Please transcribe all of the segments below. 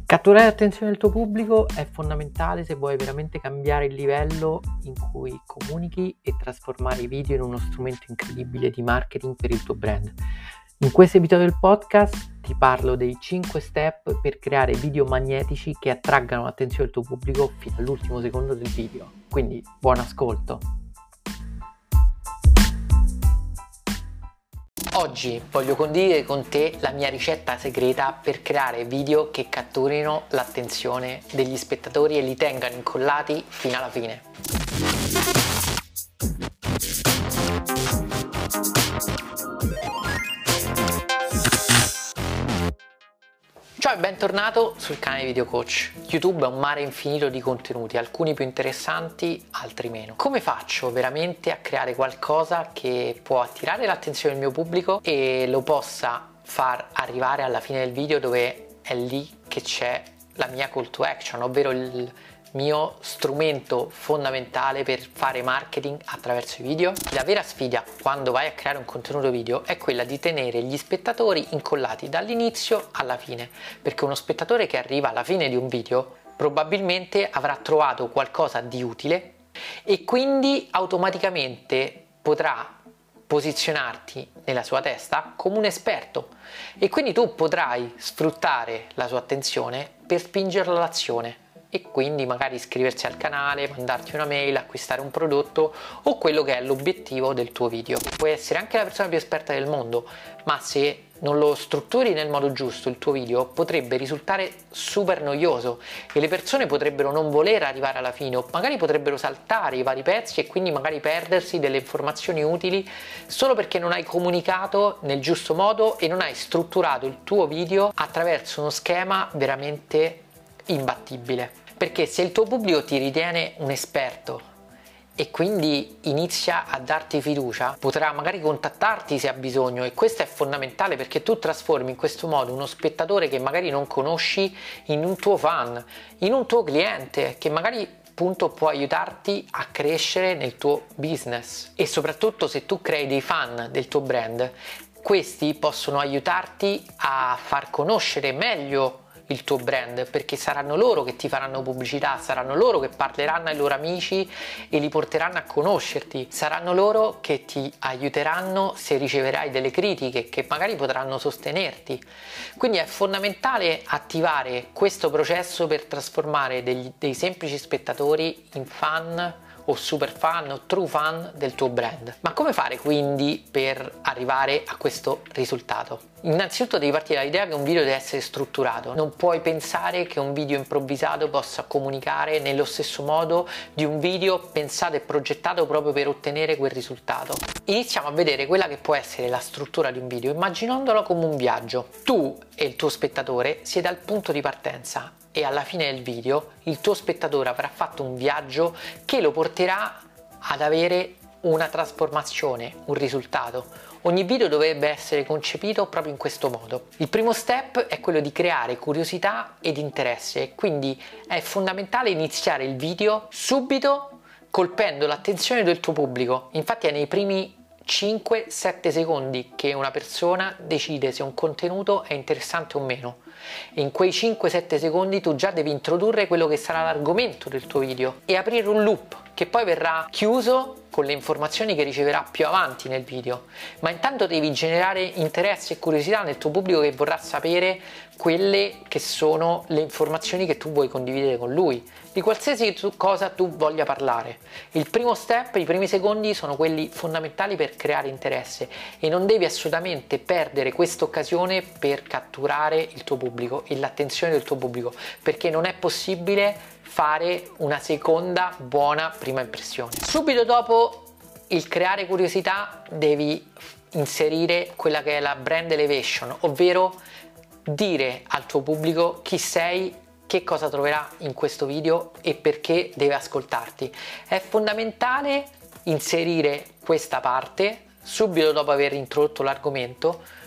Catturare l'attenzione del tuo pubblico è fondamentale se vuoi veramente cambiare il livello in cui comunichi e trasformare i video in uno strumento incredibile di marketing per il tuo brand. In questo episodio del podcast ti parlo dei 5 step per creare video magnetici che attraggano l'attenzione del tuo pubblico fino all'ultimo secondo del video. Quindi buon ascolto! Oggi voglio condividere con te la mia ricetta segreta per creare video che catturino l'attenzione degli spettatori e li tengano incollati fino alla fine. Ciao e bentornato sul canale Video Coach. YouTube è un mare infinito di contenuti, alcuni più interessanti, altri meno. Come faccio veramente a creare qualcosa che può attirare l'attenzione del mio pubblico e lo possa far arrivare alla fine del video, dove è lì che c'è la mia call to action, ovvero il mio strumento fondamentale per fare marketing attraverso i video? La vera sfida quando vai a creare un contenuto video è quella di tenere gli spettatori incollati dall'inizio alla fine, perché uno spettatore che arriva alla fine di un video probabilmente avrà trovato qualcosa di utile e quindi automaticamente potrà posizionarti nella sua testa come un esperto e quindi tu potrai sfruttare la sua attenzione per spingerlo all'azione e quindi magari iscriversi al canale, mandarti una mail, acquistare un prodotto o quello che è l'obiettivo del tuo video. Puoi essere anche la persona più esperta del mondo, ma se non lo strutturi nel modo giusto il tuo video potrebbe risultare super noioso e le persone potrebbero non voler arrivare alla fine o magari potrebbero saltare i vari pezzi e quindi magari perdersi delle informazioni utili solo perché non hai comunicato nel giusto modo e non hai strutturato il tuo video attraverso uno schema veramente imbattibile. Perché se il tuo pubblico ti ritiene un esperto e quindi inizia a darti fiducia, potrà magari contattarti se ha bisogno, e questo è fondamentale perché tu trasformi in questo modo uno spettatore che magari non conosci in un tuo fan, in un tuo cliente che magari appunto può aiutarti a crescere nel tuo business. E soprattutto se tu crei dei fan del tuo brand, questi possono aiutarti a far conoscere meglio il tuo brand, perché saranno loro che ti faranno pubblicità, saranno loro che parleranno ai loro amici e li porteranno a conoscerti, saranno loro che ti aiuteranno se riceverai delle critiche, che magari potranno sostenerti. Quindi è fondamentale attivare questo processo per trasformare dei semplici spettatori in fan o super fan o true fan del tuo brand. Ma come fare quindi per arrivare a questo risultato? Innanzitutto devi partire dall'idea che un video deve essere strutturato. Non puoi pensare che un video improvvisato possa comunicare nello stesso modo di un video pensato e progettato proprio per ottenere quel risultato. Iniziamo a vedere quella che può essere la struttura di un video immaginandolo come un viaggio. Tu e il tuo spettatore siete al punto di partenza e alla fine del video il tuo spettatore avrà fatto un viaggio che lo porterà ad avere una trasformazione, un risultato. Ogni video dovrebbe essere concepito proprio in questo modo. Il primo step è quello di creare curiosità ed interesse, quindi è fondamentale iniziare il video subito colpendo l'attenzione del tuo pubblico. Infatti è nei primi 5-7 secondi che una persona decide se un contenuto è interessante o meno. E in quei 5-7 secondi tu già devi introdurre quello che sarà l'argomento del tuo video e aprire un loop che poi verrà chiuso con le informazioni che riceverà più avanti nel video. Ma intanto devi generare interesse e curiosità nel tuo pubblico, che vorrà sapere quelle che sono le informazioni che tu vuoi condividere con lui, di qualsiasi cosa tu voglia parlare. Il primo step, i primi secondi sono quelli fondamentali per creare interesse e non devi assolutamente perdere questa occasione per catturare il tuo pubblico e l'attenzione del tuo pubblico, perché non è possibile fare una seconda buona prima impressione. Subito dopo il creare curiosità devi inserire quella che è la brand elevation, ovvero dire al tuo pubblico chi sei, che cosa troverà in questo video e perché deve ascoltarti. È fondamentale inserire questa parte subito dopo aver introdotto l'argomento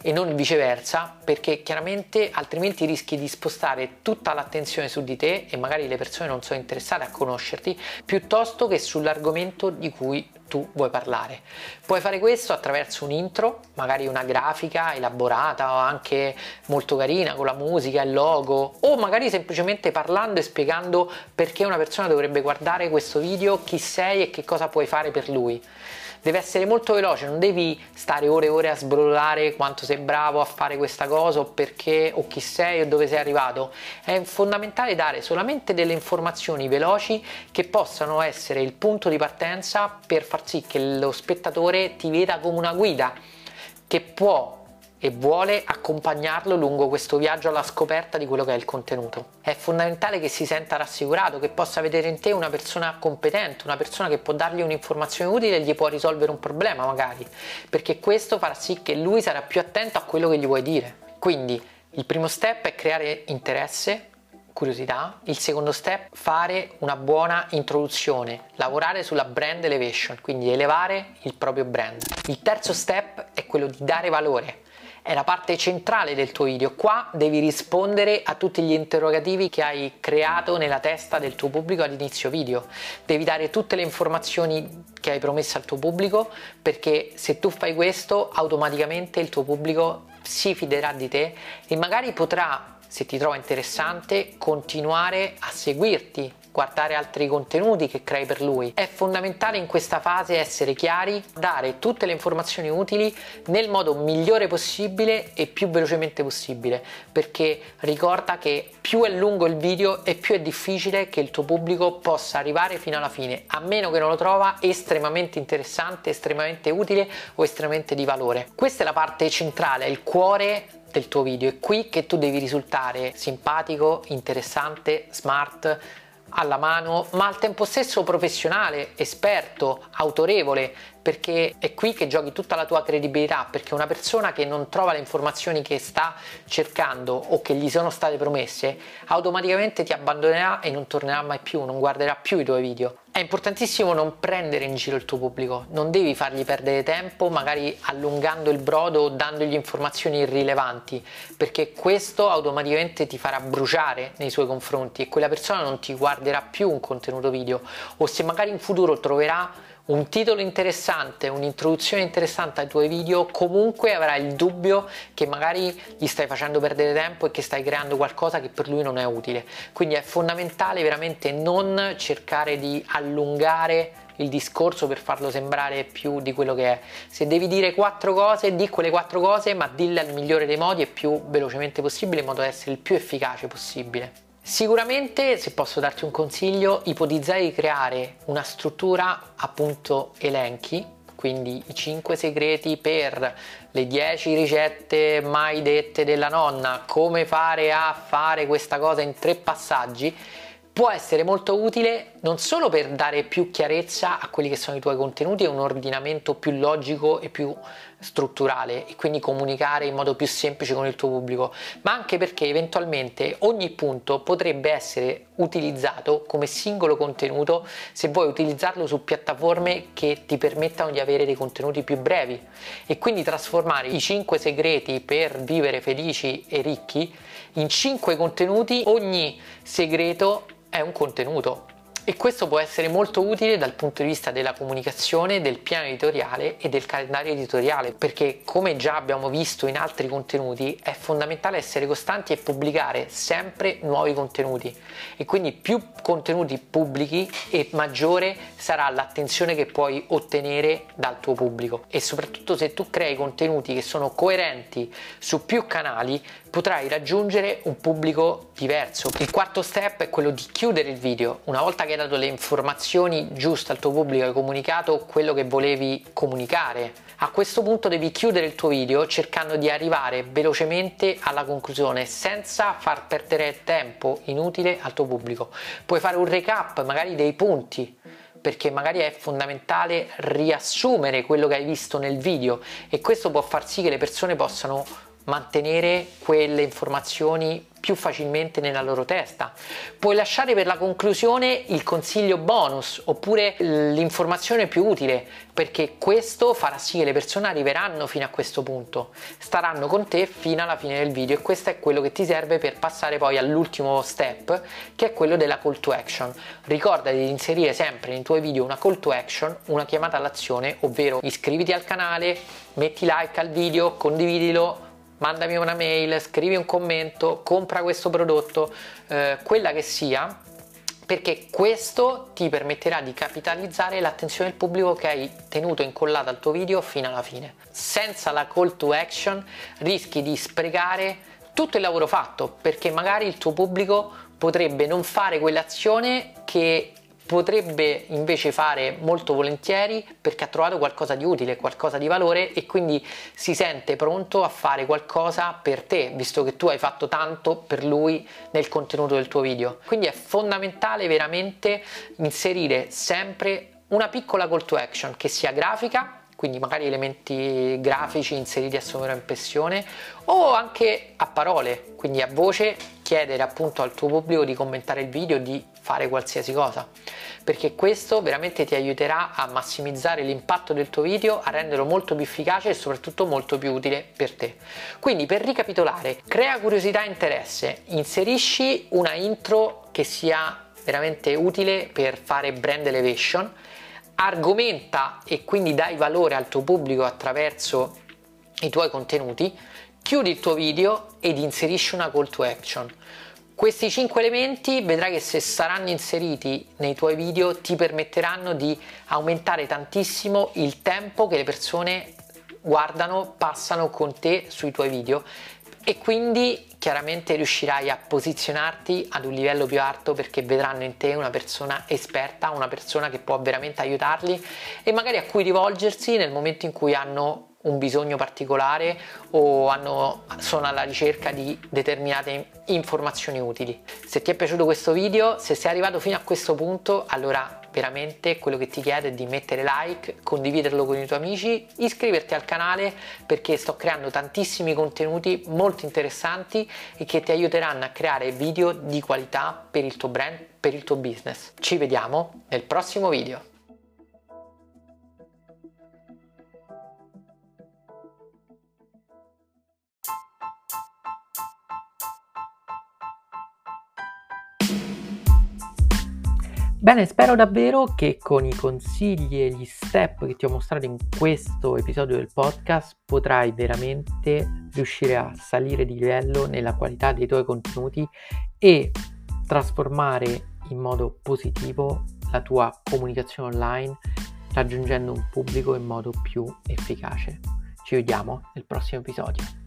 e non viceversa, perché chiaramente altrimenti rischi di spostare tutta l'attenzione su di te e magari le persone non sono interessate a conoscerti piuttosto che sull'argomento di cui tu vuoi parlare. Puoi fare questo attraverso un intro, magari una grafica elaborata o anche molto carina con la musica, il logo, o magari semplicemente parlando e spiegando perché una persona dovrebbe guardare questo video, chi sei e che cosa puoi fare per lui. Deve essere molto veloce, non devi stare ore e ore a sbrollare quanto sei bravo a fare questa cosa o perché o chi sei o dove sei arrivato. È fondamentale dare solamente delle informazioni veloci che possano essere il punto di partenza per far sì che lo spettatore ti veda come una guida che può e vuole accompagnarlo lungo questo viaggio alla scoperta di quello che è il contenuto. È fondamentale che si senta rassicurato, che possa vedere in te una persona competente, una persona che può dargli un'informazione utile e gli può risolvere un problema magari, perché questo farà sì che lui sarà più attento a quello che gli vuoi dire. Quindi il primo step è creare interesse, curiosità. Il secondo step, fare una buona introduzione, lavorare sulla brand elevation, quindi elevare il proprio brand. Il terzo step è quello di dare valore. È la parte centrale del tuo video. Qua devi rispondere a tutti gli interrogativi che hai creato nella testa del tuo pubblico all'inizio video. Devi dare tutte le informazioni che hai promesso al tuo pubblico, perché se tu fai questo automaticamente il tuo pubblico si fiderà di te e magari potrà, se ti trova interessante, continuare a seguirti, guardare altri contenuti che crei per lui. È fondamentale in questa fase essere chiari, dare tutte le informazioni utili nel modo migliore possibile e più velocemente possibile, perché ricorda che più è lungo il video e più è difficile che il tuo pubblico possa arrivare fino alla fine, a meno che non lo trova estremamente interessante, estremamente utile o estremamente di valore. Questa è la parte centrale, è il cuore del tuo video. È qui che tu devi risultare simpatico, interessante, smart, alla mano, ma al tempo stesso professionale, esperto, autorevole, perché è qui che giochi tutta la tua credibilità, perché una persona che non trova le informazioni che sta cercando o che gli sono state promesse automaticamente ti abbandonerà e non tornerà mai più, non guarderà più i tuoi video. È importantissimo non prendere in giro il tuo pubblico, non devi fargli perdere tempo magari allungando il brodo o dandogli informazioni irrilevanti, perché questo automaticamente ti farà bruciare nei suoi confronti e quella persona non ti guarderà più un contenuto video, o se magari in futuro troverà un titolo interessante, un'introduzione interessante ai tuoi video, comunque avrà il dubbio che magari gli stai facendo perdere tempo e che stai creando qualcosa che per lui non è utile. Quindi è fondamentale veramente non cercare di allungare il discorso per farlo sembrare più di quello che è. Se devi dire 4 cose, di quelle 4 cose, ma dille al migliore dei modi e più velocemente possibile, in modo da essere il più efficace possibile. Sicuramente, se posso darti un consiglio, ipotizzare di creare una struttura appunto elenchi, quindi i 5 segreti per le 10 ricette mai dette della nonna, come fare a fare questa cosa in 3 passaggi, può essere molto utile non solo per dare più chiarezza a quelli che sono i tuoi contenuti e un ordinamento più logico e più strutturale, e quindi comunicare in modo più semplice con il tuo pubblico, ma anche perché eventualmente ogni punto potrebbe essere utilizzato come singolo contenuto se vuoi utilizzarlo su piattaforme che ti permettano di avere dei contenuti più brevi, e quindi trasformare i 5 segreti per vivere felici e ricchi in 5 contenuti. Ogni segreto è un contenuto e questo può essere molto utile dal punto di vista della comunicazione, del piano editoriale e del calendario editoriale, perché come già abbiamo visto in altri contenuti è fondamentale essere costanti e pubblicare sempre nuovi contenuti, e quindi più contenuti pubblichi e maggiore sarà l'attenzione che puoi ottenere dal tuo pubblico, e soprattutto se tu crei contenuti che sono coerenti su più canali potrai raggiungere un pubblico diverso. Il quarto step è quello di chiudere il video. Una volta che hai dato le informazioni giuste al tuo pubblico, hai comunicato quello che volevi comunicare, a questo punto devi chiudere il tuo video cercando di arrivare velocemente alla conclusione senza far perdere tempo inutile al tuo pubblico. Puoi fare un recap magari dei punti, perché magari è fondamentale riassumere quello che hai visto nel video, e questo può far sì che le persone possano mantenere quelle informazioni più facilmente nella loro testa. Puoi lasciare per la conclusione il consiglio bonus oppure l'informazione più utile, perché questo farà sì che le persone arriveranno fino a questo punto, staranno con te fino alla fine del video, e questo è quello che ti serve per passare poi all'ultimo step, che è quello della call to action. Ricordati di inserire sempre nei tuoi video una call to action, una chiamata all'azione, ovvero iscriviti al canale, metti like al video, condividilo, mandami una mail, scrivi un commento, compra questo prodotto, quella che sia, perché questo ti permetterà di capitalizzare l'attenzione del pubblico che hai tenuto incollata al tuo video fino alla fine. Senza la call to action rischi di sprecare tutto il lavoro fatto, perché magari il tuo pubblico potrebbe non fare quell'azione che potrebbe invece fare molto volentieri, perché ha trovato qualcosa di utile, qualcosa di valore, e quindi si sente pronto a fare qualcosa per te, visto che tu hai fatto tanto per lui nel contenuto del tuo video. Quindi è fondamentale veramente inserire sempre una piccola call to action, che sia grafica, quindi magari elementi grafici inseriti a sovraimpressione, o anche a parole, quindi a voce, chiedere appunto al tuo pubblico di commentare il video, di fare qualsiasi cosa, perché questo veramente ti aiuterà a massimizzare l'impatto del tuo video, a renderlo molto più efficace e soprattutto molto più utile per te. Quindi, per ricapitolare, crea curiosità e interesse, inserisci una intro che sia veramente utile per fare brand elevation, argomenta e quindi dai valore al tuo pubblico attraverso i tuoi contenuti, chiudi il tuo video ed inserisci una call to action. Questi 5 elementi vedrai che, se saranno inseriti nei tuoi video, ti permetteranno di aumentare tantissimo il tempo che le persone guardano, passano con te sui tuoi video, e quindi chiaramente riuscirai a posizionarti ad un livello più alto, perché vedranno in te una persona esperta, una persona che può veramente aiutarli e magari a cui rivolgersi nel momento in cui hanno un bisogno particolare o sono alla ricerca di determinate informazioni utili. Se ti è piaciuto questo video, se sei arrivato fino a questo punto, allora veramente quello che ti chiedo è di mettere like, condividerlo con i tuoi amici, iscriverti al canale, perché sto creando tantissimi contenuti molto interessanti e che ti aiuteranno a creare video di qualità per il tuo brand, per il tuo business. Ci vediamo nel prossimo video. Bene, spero davvero che con i consigli e gli step che ti ho mostrato in questo episodio del podcast potrai veramente riuscire a salire di livello nella qualità dei tuoi contenuti e trasformare in modo positivo la tua comunicazione online, raggiungendo un pubblico in modo più efficace. Ci vediamo nel prossimo episodio.